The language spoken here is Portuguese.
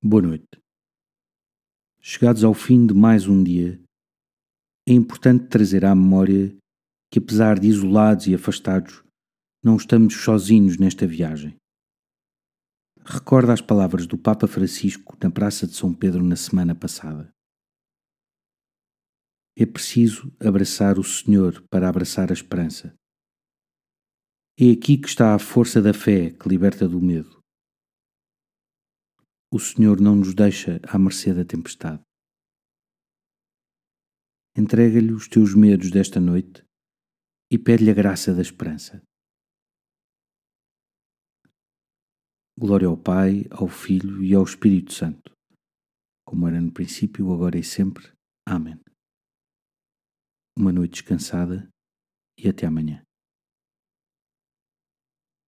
Boa noite. Chegados ao fim de mais um dia, é importante trazer à memória que, apesar de isolados e afastados, não estamos sozinhos nesta viagem. Recorda as palavras do Papa Francisco na Praça de São Pedro na semana passada. É preciso abraçar o Senhor para abraçar a esperança. É aqui que está a força da fé que liberta do medo. O Senhor não nos deixa à mercê da tempestade. Entrega-lhe os teus medos desta noite e pede-lhe a graça da esperança. Glória ao Pai, ao Filho e ao Espírito Santo, como era no princípio, agora e sempre. Amém. Uma noite descansada e até amanhã.